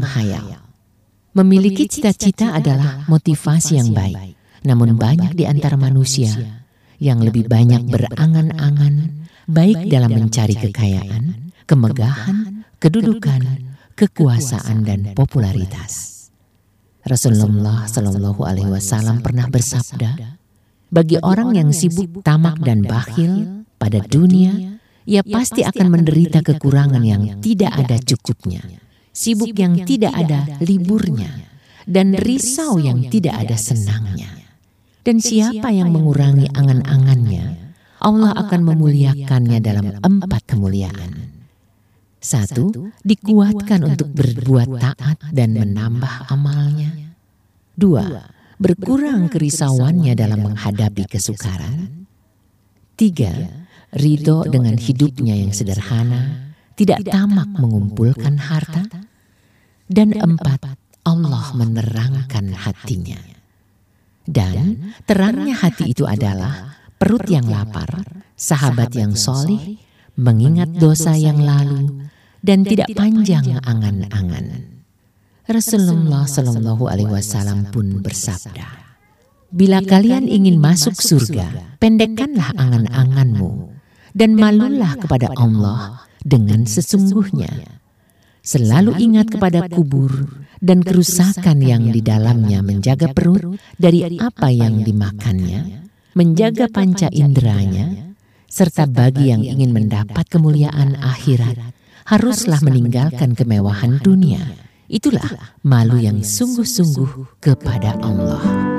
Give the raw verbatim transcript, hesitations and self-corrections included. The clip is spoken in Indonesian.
menghayal. Memiliki cita-cita adalah motivasi yang baik, namun banyak di antara manusia yang lebih banyak berangan-angan, baik dalam mencari kekayaan, kemegahan, kedudukan, kekuasaan, dan popularitas. Rasulullah Shallallahu Alaihi Wasallam pernah bersabda, bagi orang yang sibuk, tamak, dan bakhil pada dunia, ia pasti akan menderita kekurangan yang tidak ada cukupnya, sibuk yang tidak ada liburnya, dan risau yang tidak ada senangnya. Dan siapa yang mengurangi angan-angannya, Allah akan memuliakannya dalam empat kemuliaan. Satu, dikuatkan untuk berbuat taat dan menambah amalnya. Dua, berkurang kerisauannya dalam menghadapi kesukaran. Tiga, ridho dengan hidupnya yang sederhana, tidak tamak mengumpulkan harta. Dan empat, Allah menerangkan hatinya. Dan terangnya hati itu adalah perut yang lapar, sahabat yang solih, mengingat dosa yang lalu, dan tidak panjang angan-angan. Rasulullah Shallallahu Alaihi Wasallam pun bersabda, bila kalian ingin masuk surga, pendekkanlah angan-anganmu, dan malulah kepada Allah dengan sesungguhnya. Selalu ingat kepada kubur dan kerusakan yang di dalamnya, menjaga perut dari apa yang dimakannya, menjaga panca inderanya, serta bagi yang ingin mendapat kemuliaan akhirat, haruslah meninggalkan kemewahan dunia. Itulah malu yang sungguh-sungguh kepada Allah.